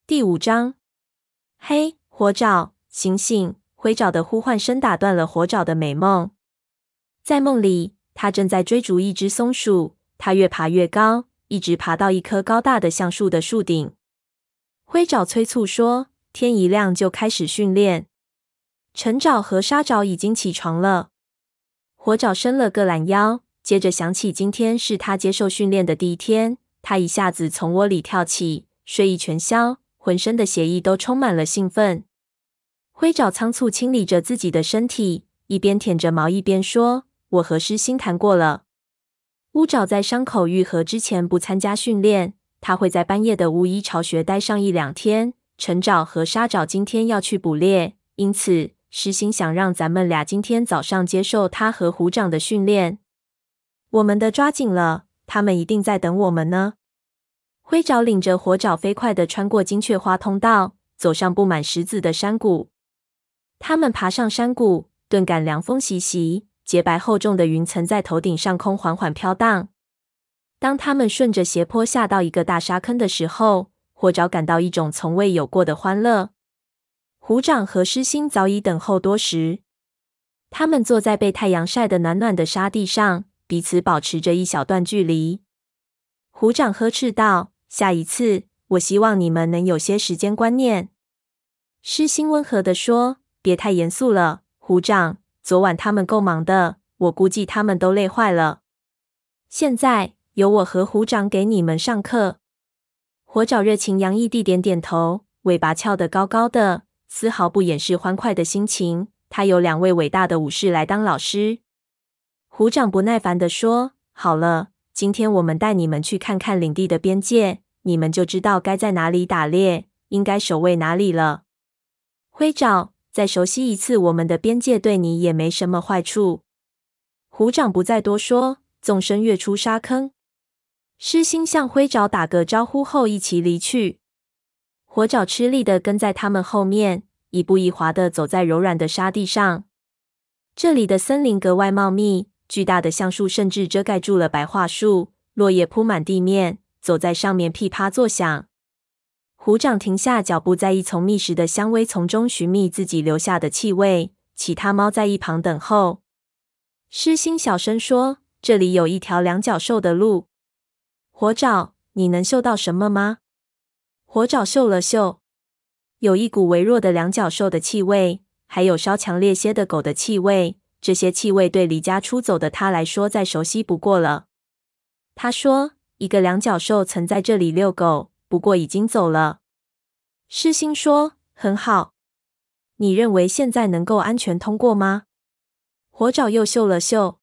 第5章，嘿，火爪，醒醒！灰爪的呼唤声打断了火爪的美梦。在梦里，他正在追逐一只松鼠，它越爬越高，一直爬到一棵高大的橡树的树顶。灰爪催促说：“天一亮就开始训练。”橙爪和沙爪已经起床了。火爪伸了个懒腰，接着想起今天是他接受训练的第一天，他一下子从窝里跳起，睡意全消，浑身的血液都充满了兴奋。灰爪仓促清理着自己的身体，一边舔着毛一边说：“我和狮星谈过了。乌爪在伤口愈合之前不参加训练，他会在半夜的巫医巢穴待上1-2天。橙爪和沙爪今天要去捕猎，因此狮星想让咱们俩今天早上接受他和虎掌的训练。我们的抓紧了，他们一定在等我们呢。”灰爪领着火爪飞快地穿过金雀花通道，走上布满石子的山谷。他们爬上山谷，顿感凉风习习，洁白厚重的云层在头顶上空缓缓飘荡。当他们顺着斜坡下到一个大沙坑的时候，火爪感到一种从未有过的欢乐。虎掌和狮星早已等候多时，他们坐在被太阳晒得暖暖的沙地上，彼此保持着一小段距离。虎掌呵斥道：“下一次，我希望你们能有些时间观念。”狮星温和地说：“别太严肃了，虎掌，昨晚他们够忙的，我估计他们都累坏了。现在由我和虎掌给你们上课。”火爪热情洋溢地点点头，尾巴翘得高高的，丝毫不掩饰欢快的心情。他有2位伟大的武士来当老师。虎掌不耐烦地说：“好了，今天我们带你们去看看领地的边界，你们就知道该在哪里打猎，应该守卫哪里了。灰爪，再熟悉一次我们的边界，对你也没什么坏处。”虎掌不再多说，纵身跃出沙坑。狮星向灰爪打个招呼后一起离去。火爪吃力地跟在他们后面，一步一滑地走在柔软的沙地上。这里的森林格外茂密，巨大的橡树甚至遮盖住了白桦树，落叶铺满地面，走在上面噼啪作响。虎掌停下脚步，在一丛密实的香薇丛中寻觅自己留下的气味，其他猫在一旁等候。狮星小声说：“这里有一条2脚兽的路。”火爪，你能嗅到什么吗？火爪嗅了嗅，有一股微弱的2脚兽的气味，还有稍强烈些的狗的气味。这些气味对离家出走的他来说再熟悉不过了。他说：“一个2脚兽曾在这里遛狗，不过已经走了。”狮星说：“很好。你认为现在能够安全通过吗？”火爪又嗅了嗅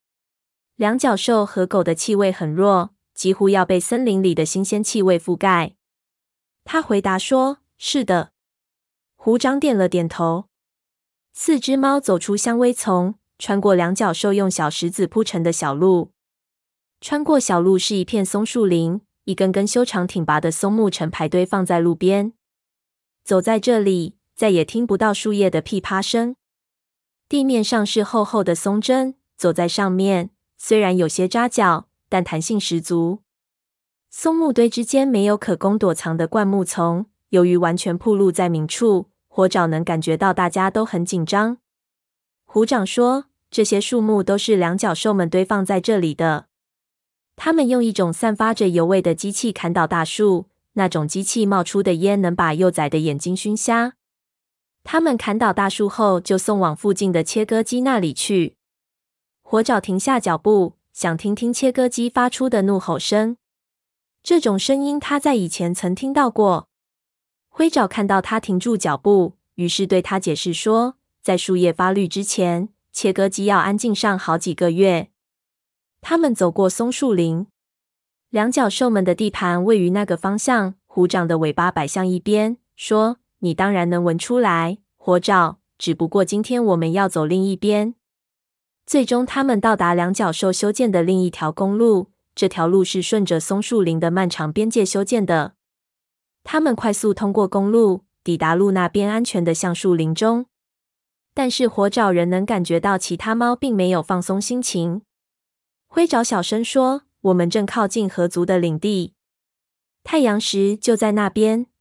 ，2脚兽和狗的气味很弱，几乎要被森林里的新鲜气味覆盖。他回答说：“是的。”虎掌点了点头。4只猫走出香薇丛，穿过2脚兽用小石子铺成的小路。穿过小路是一片松树林，一根根修长挺拔的松木成排堆放在路边。走在这里，再也听不到树叶的噼啪声。地面上是厚厚的松针，走在上面，虽然有些扎脚，但弹性十足。松木堆之间没有可供躲藏的灌木丛，由于完全暴露在明处，火爪能感觉到大家都很紧张。虎掌说：“这些树木都是2脚兽们堆放在这里的。他们用一种散发着油味的机器砍倒大树，那种机器冒出的烟能把幼崽的眼睛熏瞎。他们砍倒大树后，就送往附近的切割机那里去。”火爪停下脚步，想听听切割机发出的怒吼声。这种声音他在以前曾听到过。灰爪看到他停住脚步，于是对他解释说，在树叶发绿之前，切割机要安静上好几个月。他们走过松树林，2脚兽们的地盘位于那个方向。虎掌的尾巴摆向一边，说：“你当然能闻出来，火爪，只不过今天我们要走另一边。”最终他们到达2脚兽修建的另一条公路，这条路是顺着松树林的漫长边界修建的。他们快速通过公路，抵达路那边安全的橡树林中。但是火爪仍能感觉到其他猫并没有放松心情。灰爪小声说：“我们正靠近河族的领地，太阳石就在那边，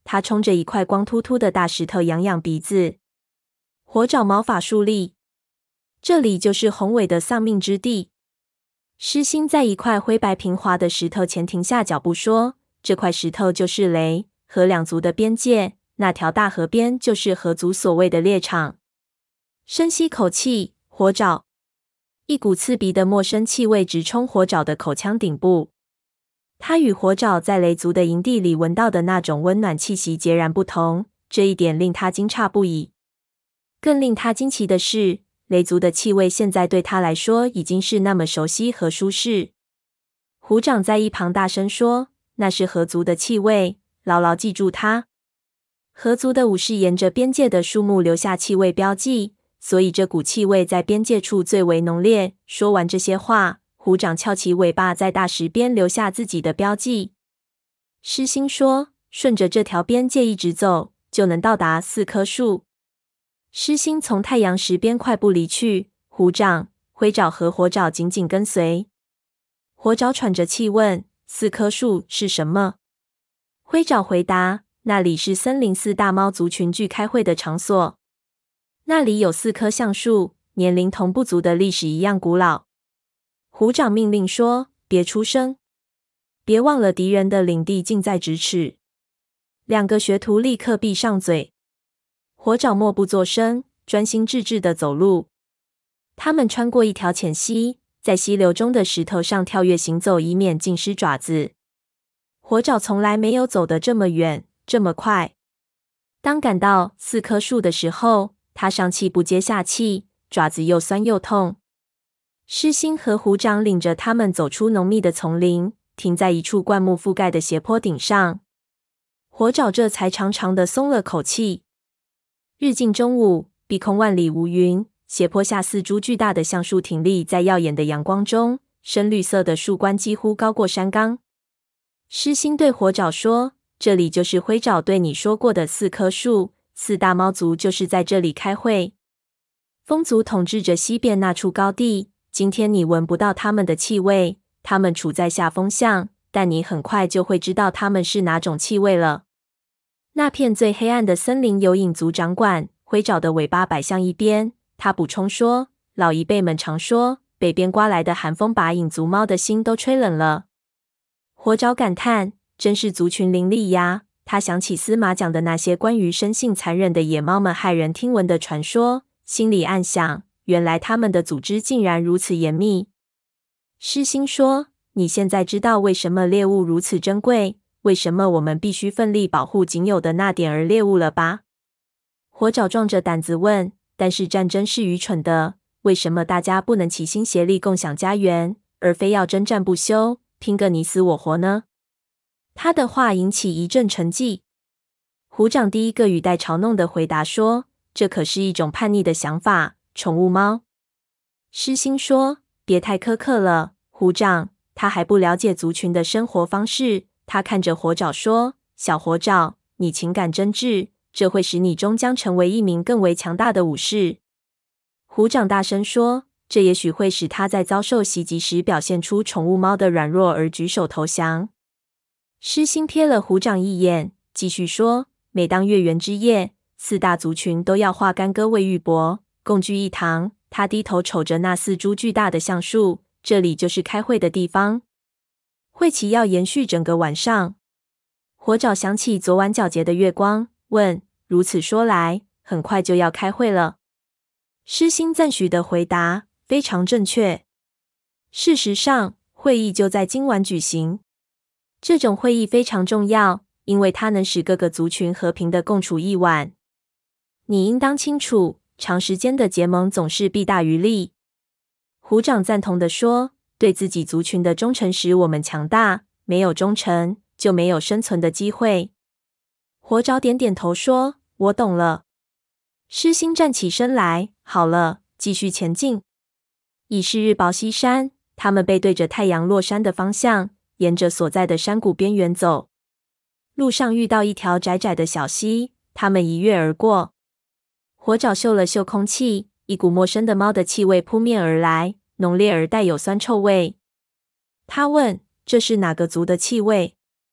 他冲着一块光秃秃的大石头痒痒鼻子。火爪毛发竖立，这里就是宏伟的丧命之地。狮心在一块灰白平滑的石头前停下脚步说：“这块石头就是雷和两族的边界，那条大河边就是河族所谓的猎场。”深吸口气，火爪。一股刺鼻的陌生气味直冲火爪的口腔顶部。他与火爪在雷族的营地里闻到的那种温暖气息截然不同，这一点令他惊诧不已。更令他惊奇的是，雷族的气味现在对他来说已经是那么熟悉和舒适。虎掌在一旁大声说：“那是河族的气味，牢牢记住它。”河族的武士沿着边界的树木留下气味标记，所以这股气味在边界处最为浓烈。说完这些话，虎掌翘起尾巴，在大石边留下自己的标记。狮心说：“顺着这条边界一直走，就能到达4棵树。”狮心从太阳石边快步离去，虎掌、灰爪和火爪紧紧跟随。火爪喘着气问：“4棵树是什么？”灰爪回答：“那里是森林4大猫族群聚开会的场所。那里有4棵橡树，年龄同部族的历史一样古老。”虎掌命令说：“别出声，别忘了敌人的领地近在咫尺。”2个学徒立刻闭上嘴。火爪默不作声，专心致志地走路。他们穿过一条浅溪，在溪流中的石头上跳跃行走，以免浸湿爪子。火爪从来没有走得这么远，这么快。当赶到4棵树的时候，他上气不接下气，爪子又酸又痛。狮心和虎掌领着他们走出浓密的丛林，停在一处灌木覆盖的斜坡顶上。火爪这才长长的松了口气。日近中午，碧空万里无云，斜坡下4株巨大的橡树挺立在耀眼的阳光中，深绿色的树冠几乎高过山冈。狮心对火爪说：“这里就是灰爪对你说过的4棵树，4大猫族就是在这里开会。风族统治着西边那处高地，今天你闻不到他们的气味，他们处在下风向，但你很快就会知道他们是哪种气味了。”那片最黑暗的森林由影族掌管，灰爪的尾巴摆向一边。他补充说：“老一辈们常说，北边刮来的寒风把影族猫的心都吹冷了。”火爪感叹：“真是族群林立呀！”他想起司马讲的那些关于生性残忍的野猫们骇人听闻的传说，心里暗想：原来他们的组织竟然如此严密。狮心说：“你现在知道为什么猎物如此珍贵，为什么我们必须奋力保护仅有的那点儿猎物了吧？”火爪壮着胆子问：“但是战争是愚蠢的，为什么大家不能齐心协力共享家园，而非要征战不休，拼个你死我活呢？”他的话引起一阵沉寂。虎掌第一个语带嘲弄的回答说：“这可是一种叛逆的想法，宠物猫。”狮心说：“别太苛刻了，虎掌，他还不了解族群的生活方式。”他看着火爪说：“小火爪，你情感真挚，这会使你终将成为一名更为强大的武士。”虎掌大声说：“这也许会使他在遭受袭击时表现出宠物猫的软弱而举手投降。”狮心瞥了虎掌一眼，继续说：“每当月圆之夜，4大族群都要化干戈为玉帛，共聚一堂。”他低头瞅着那4株巨大的橡树，这里就是开会的地方。会期要延续整个晚上。火爪想起昨晚皎洁的月光，问：“如此说来，很快就要开会了？”狮心赞许的回答：“非常正确。事实上，会议就在今晚举行。这种会议非常重要，因为它能使各个族群和平的共处一晚。你应当清楚，长时间的结盟总是弊大于利。”虎掌赞同地说：“对自己族群的忠诚使我们强大，没有忠诚，就没有生存的机会。”火爪点点头说：“我懂了。”狮心站起身来：“好了，继续前进。”已是日薄西山，他们背对着太阳落山的方向，沿着所在的山谷边缘走。路上遇到一条窄窄的小溪，他们一跃而过。火爪嗅了嗅空气，一股陌生的猫的气味扑面而来，浓烈而带有酸臭味。他问：“这是哪个族的气味？”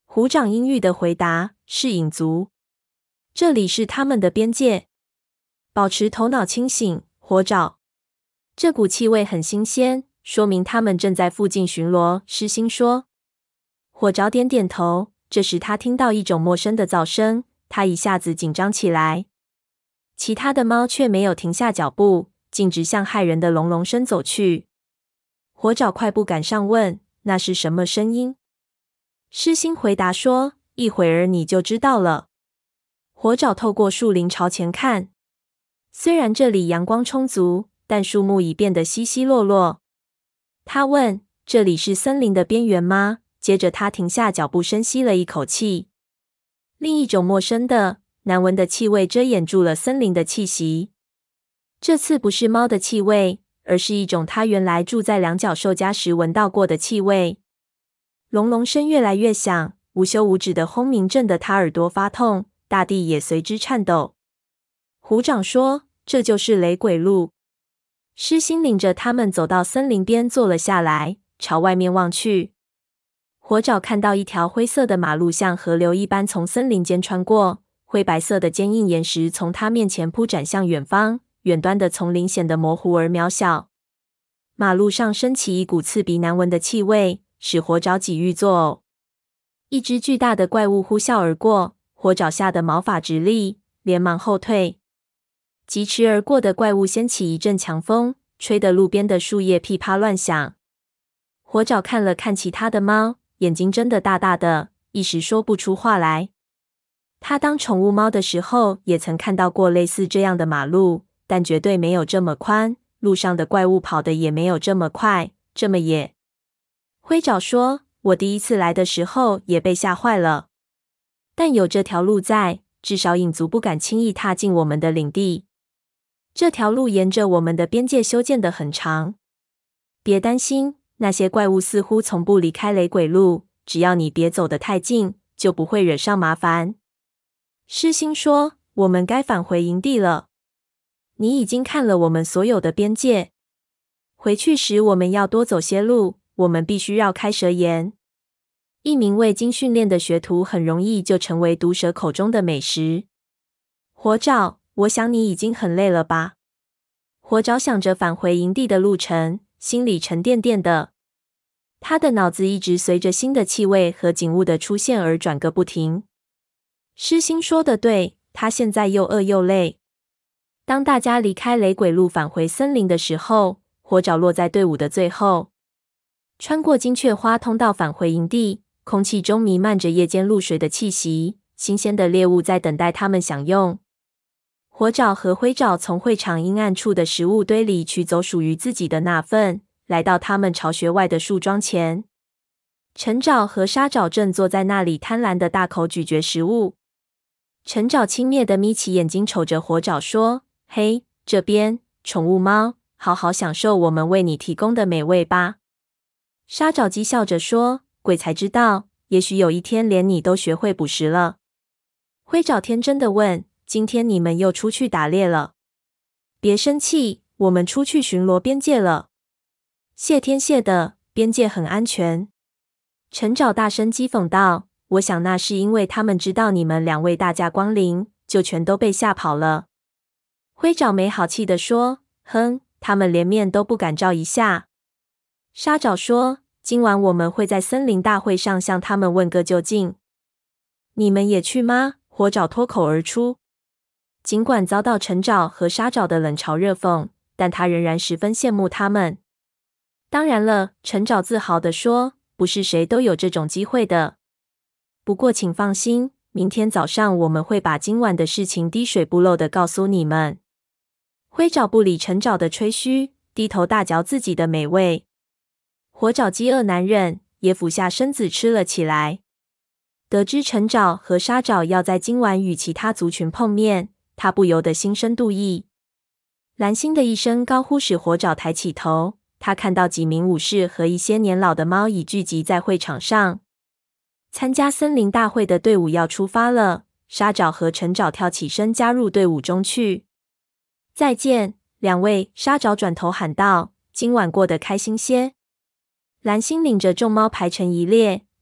虎掌阴郁的回答：“是影族，这里是他们的边界。”保持头脑清醒，火爪。这股气味很新鲜，说明他们正在附近巡逻。狮心说。火爪点点头。这时他听到一种陌生的噪声，他一下子紧张起来。其他的猫却没有停下脚步，径直向骇人的隆隆声走去。火爪快步赶上，问：“那是什么声音？”狮心回答说：“一会儿你就知道了。”火爪透过树林朝前看，虽然这里阳光充足，但树木已变得稀稀落落。他问：“这里是森林的边缘吗？”接着他停下脚步，深吸了一口气。另一种陌生的、难闻的气味遮掩住了森林的气息。这次不是猫的气味，而是一种他原来住在两脚兽家时闻到过的气味。隆隆声越来越响，无休无止的轰鸣震得他耳朵发痛，大地也随之颤抖。虎掌说：“这就是雷鬼路。”狮心领着他们走到森林边，坐了下来，朝外面望去。火爪看到一条灰色的马路像河流一般从森林间穿过，灰白色的坚硬岩石从他面前铺展向远方，远端的丛林显得模糊而渺小。马路上升起一股刺鼻难闻的气味，使火爪几欲作呕。一只巨大的怪物呼啸而过，火爪吓得毛发直立，连忙后退。疾驰而过的怪物掀起一阵强风，吹得路边的树叶噼啪乱响。火爪看了看其他的猫，眼睛睁得大大的，一时说不出话来。他当宠物猫的时候，也曾看到过类似这样的马路，但绝对没有这么宽，路上的怪物跑得也没有这么快，这么野。灰爪说：“我第一次来的时候也被吓坏了，但有这条路在，至少影族不敢轻易踏进我们的领地。这条路沿着我们的边界修建得很长。别担心，那些怪物似乎从不离开雷鬼路，只要你别走得太近，就不会惹上麻烦。”狮心说：“我们该返回营地了。你已经看了我们所有的边界。回去时我们要多走些路，我们必须绕开蛇岩。一名未经训练的学徒很容易就成为毒蛇口中的美食。”火爪，我想你已经很累了吧？火爪想着返回营地的路程，心里沉甸甸的。他的脑子一直随着新的气味和景物的出现而转个不停。狮心说的对，他现在又饿又累。当大家离开雷鬼路返回森林的时候，火爪落在队伍的最后。穿过金雀花通道返回营地，空气中弥漫着夜间露水的气息，新鲜的猎物在等待他们享用。火爪和灰爪从会场阴暗处的食物堆里取走属于自己的那份，来到他们巢穴外的树桩前。陈爪和沙爪正坐在那里贪婪的大口咀嚼食物。陈爪轻蔑地眯起眼睛瞅着火爪说：“嘿，这边，宠物猫，好好享受我们为你提供的美味吧。”沙爪讥笑着说：“鬼才知道，也许有一天连你都学会捕食了。”灰爪天真的问：“今天你们又出去打猎了？”别生气，我们出去巡逻边界了。谢天谢的，边界很安全。陈爪大声讥讽道：“我想那是因为他们知道你们两位大驾光临，就全都被吓跑了。”灰爪没好气地说：“哼，他们连面都不敢照一下。”沙爪说：“今晚我们会在森林大会上向他们问个究竟。”你们也去吗？火爪脱口而出。尽管遭到陈爪和沙爪的冷嘲热讽，但他仍然十分羡慕他们。当然了，陈爪自豪地说，不是谁都有这种机会的。不过请放心，明天早上我们会把今晚的事情滴水不漏地告诉你们。灰爪不理陈爪的吹嘘，低头大嚼自己的美味。火爪饥饿难忍，也俯下身子吃了起来。得知陈爪和沙爪要在今晚与其他族群碰面，他不由得心生妒意。蓝星的一声高呼使火爪抬起头，他看到几名武士和一些年老的猫已聚集在会场上。参加森林大会的队伍要出发了，沙爪和陈爪跳起身加入队伍中去。再见，两位，沙爪转头喊道，今晚过得开心些。蓝星领着众猫排成一列，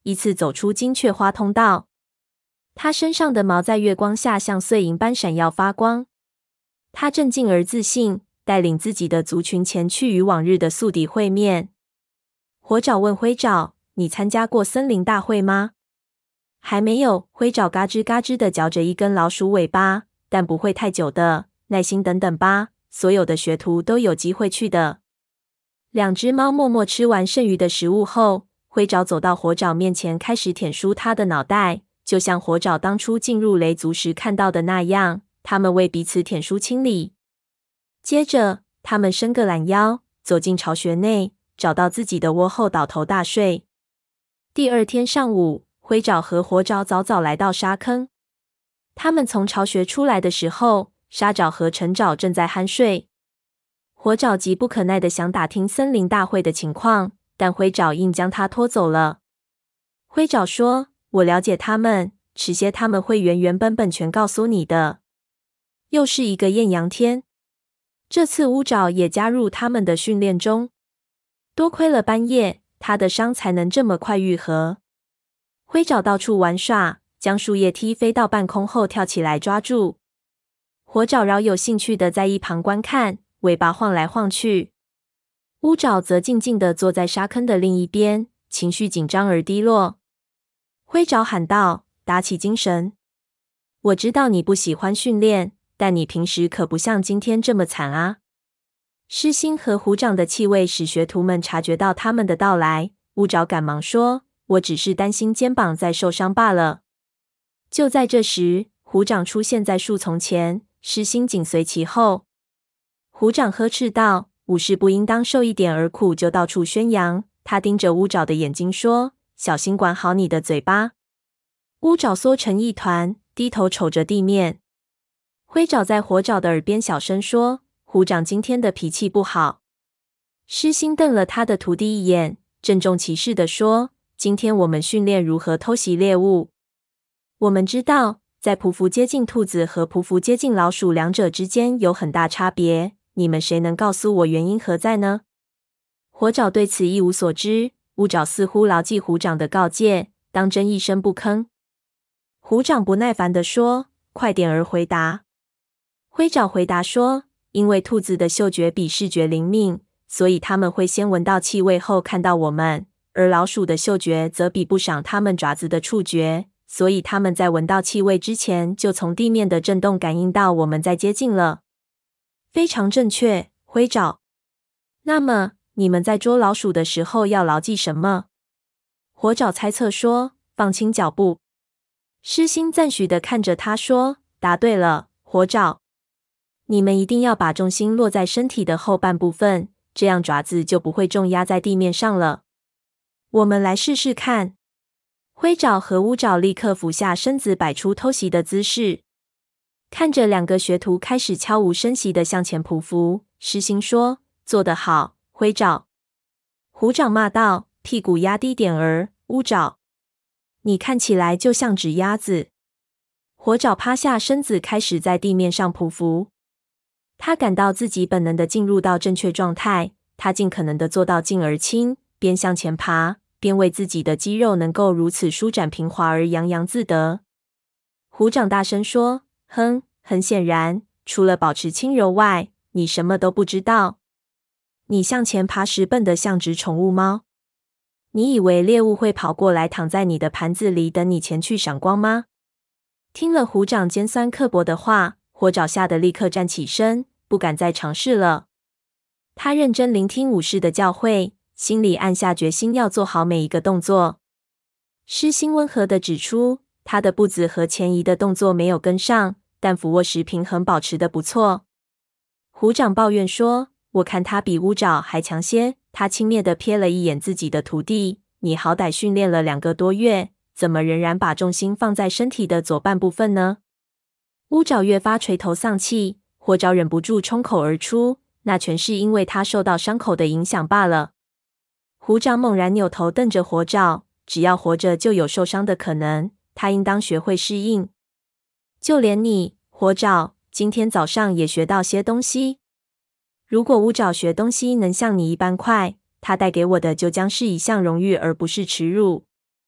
依次走出金雀花通道。他身上的毛在月光下像碎银般闪耀发光。他镇静而自信，带领自己的族群前去与往日的宿敌会面。火爪问灰爪：“你参加过森林大会吗？”“还没有。”灰爪嘎吱嘎吱地嚼着一根老鼠尾巴，“但不会太久的，耐心等等吧。所有的学徒都有机会去的。”两只猫默默吃完剩余的食物后，灰爪走到火爪面前，开始舔梳它的脑袋，就像火爪当初进入雷族时看到的那样，他们为彼此舔梳清理。接着，他们伸个懒腰，走进巢穴内，找到自己的窝后倒头大睡。第二天上午，灰爪和火爪早早来到沙坑。他们从巢穴出来的时候，沙爪和橙爪正在酣睡。火爪急不可耐地想打听森林大会的情况，但灰爪硬将他拖走了。灰爪说：“我了解他们，迟些他们会原本全告诉你的。”又是一个艳阳天，这次乌爪也加入他们的训练中。多亏了半夜，他的伤才能这么快愈合。灰爪到处玩耍，将树叶踢飞到半空后跳起来抓住。火爪饶有兴趣地在一旁观看，尾巴晃来晃去。乌爪则静静地坐在沙坑的另一边，情绪紧张而低落。灰爪喊道：“打起精神！我知道你不喜欢训练，但你平时可不像今天这么惨啊！”狮心和虎掌的气味使学徒们察觉到他们的到来。乌爪赶忙说：“我只是担心肩膀在受伤罢了。”就在这时，虎掌出现在树丛前，狮心紧随其后。虎掌呵斥道：“武士不应当受一点儿苦就到处宣扬。”他盯着乌爪的眼睛说：“小心管好你的嘴巴。”乌爪缩成一团，低头瞅着地面。灰爪在火爪的耳边小声说：“虎掌今天的脾气不好。”狮心瞪了他的徒弟一眼，郑重其事地说：“今天我们训练如何偷袭猎物。我们知道，在匍匐接近兔子和匍匐接近老鼠两者之间有很大差别。你们谁能告诉我原因何在呢？”火爪对此一无所知，乌爪似乎牢记虎掌的告诫，当真一声不吭。虎掌不耐烦地说：“快点儿回答。”灰爪回答说：“因为兔子的嗅觉比视觉灵敏，所以它们会先闻到气味后看到我们，而老鼠的嗅觉则比不上它们爪子的触觉，所以它们在闻到气味之前就从地面的震动感应到我们在接近了。”非常正确，灰爪。那么你们在捉老鼠的时候要牢记什么？火爪猜测说：“放轻脚步。”狮心赞许地看着他说：“答对了，火爪。你们一定要把重心落在身体的后半部分，这样爪子就不会重压在地面上了。”我们来试试看。灰爪和乌爪立刻俯下身子，摆出偷袭的姿势。看着两个学徒开始悄无声息地向前匍匐，狮心说：“做得好，灰爪。”虎掌骂道：“屁股压低点儿，乌爪。你看起来就像纸鸭子。”火爪趴下身子，开始在地面上匍匐。他感到自己本能地进入到正确状态，他尽可能地做到静而轻，边向前爬，边为自己的肌肉能够如此舒展平滑而洋洋自得。虎掌大声说：“哼，很显然，除了保持轻柔外，你什么都不知道。你向前爬时笨得像只宠物猫。你以为猎物会跑过来躺在你的盘子里等你前去赏光吗？”听了虎掌尖酸刻薄的话，火爪吓得立刻站起身，不敢再尝试了。他认真聆听武士的教诲，心里暗下决心要做好每一个动作。狮心温和地指出，他的步子和前移的动作没有跟上，但俯卧时平衡保持得不错。虎掌抱怨说：“我看他比乌爪还强些。”他轻蔑地瞥了一眼自己的徒弟：“你好歹训练了2个多月，怎么仍然把重心放在身体的左半部分呢？”乌爪越发垂头丧气，火爪忍不住冲口而出：“那全是因为他受到伤口的影响罢了。”虎掌猛然扭头瞪着火爪：“只要活着就有受伤的可能，他应当学会适应。就连你，火爪，今天早上也学到些东西。如果乌爪学东西能像你一般快，他带给我的就将是一项荣誉而不是耻辱。”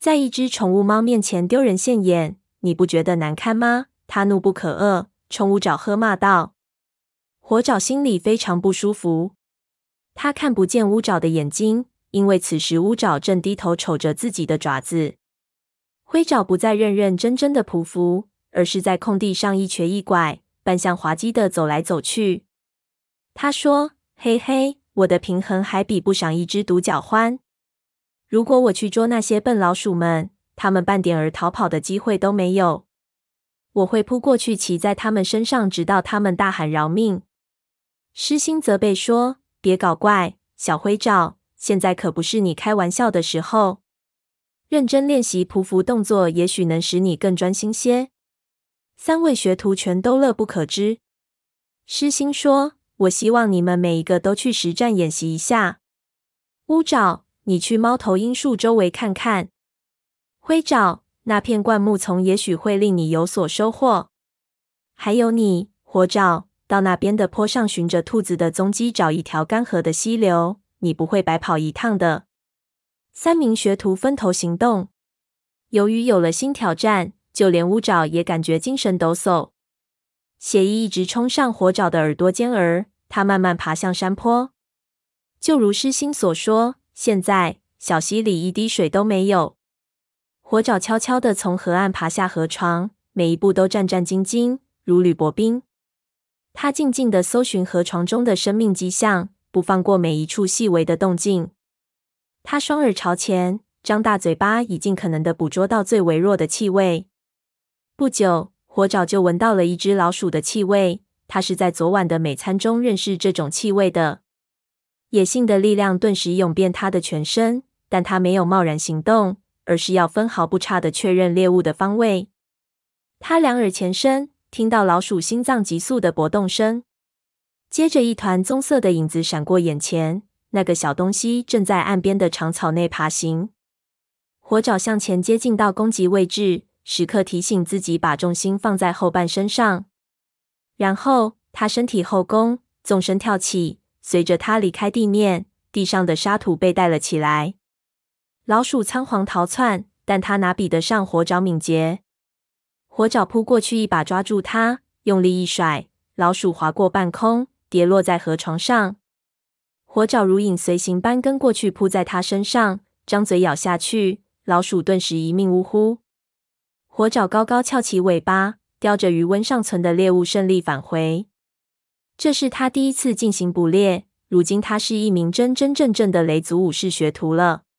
在一只宠物猫面前丢人现眼，你不觉得难堪吗？他怒不可遏，冲乌爪喝骂道。火爪心里非常不舒服，他看不见乌爪的眼睛，因为此时乌爪正低头瞅着自己的爪子。灰爪不再认认真真的匍匐，而是在空地上一瘸一拐，半向滑稽的走来走去。他说：嘿嘿，我的平衡还比不上一只独角獾。如果我去捉那些笨老鼠们，它们半点儿逃跑的机会都没有。我会扑过去骑在它们身上，直到它们大喊饶命。狮心责备说：别搞怪，小灰爪，现在可不是你开玩笑的时候。认真练习匍匐动作，也许能使你更专心些。三位学徒全都乐不可支。狮心说：我希望你们每一个都去实战演习一下。乌爪，你去猫头鹰树周围看看。灰爪，那片灌木丛也许会令你有所收获。还有你，火爪，到那边的坡上循着兔子的踪迹找一条干涸的溪流，你不会白跑一趟的。三名学徒分头行动。由于有了新挑战，就连乌爪也感觉精神抖擞。血液一直冲上火爪的耳朵尖儿，他慢慢爬向山坡。就如狮心所说，现在小溪里一滴水都没有。火爪悄悄地从河岸爬下河床，每一步都战战兢兢，如履薄冰。他静静地搜寻河床中的生命迹象，不放过每一处细微的动静。他双耳朝前，张大嘴巴，以尽可能地捕捉到最微弱的气味。不久，火爪就闻到了一只老鼠的气味。他是在昨晚的美餐中认识这种气味的。野性的力量顿时涌遍他的全身，但他没有贸然行动，而是要分毫不差地确认猎物的方位。他两耳前伸，听到老鼠心脏急速的搏动声，接着一团棕色的影子闪过眼前。那个小东西正在岸边的长草内爬行。火爪向前接近到攻击位置，时刻提醒自己把重心放在后半身上。然后他身体后弓，纵身跳起，随着他离开地面，地上的沙土被带了起来。老鼠仓皇逃窜，但他哪比得上火爪敏捷。火爪扑过去，一把抓住它，用力一甩，老鼠划过半空，跌落在河床上。火爪如影随形般跟过去，扑在它身上，张嘴咬下去，老鼠顿时一命呜呼。火爪高高翘起尾巴，叼着余温尚存的猎物顺利返回。这是他第一次进行捕猎，如今他是一名真真正正的雷族武士学徒了。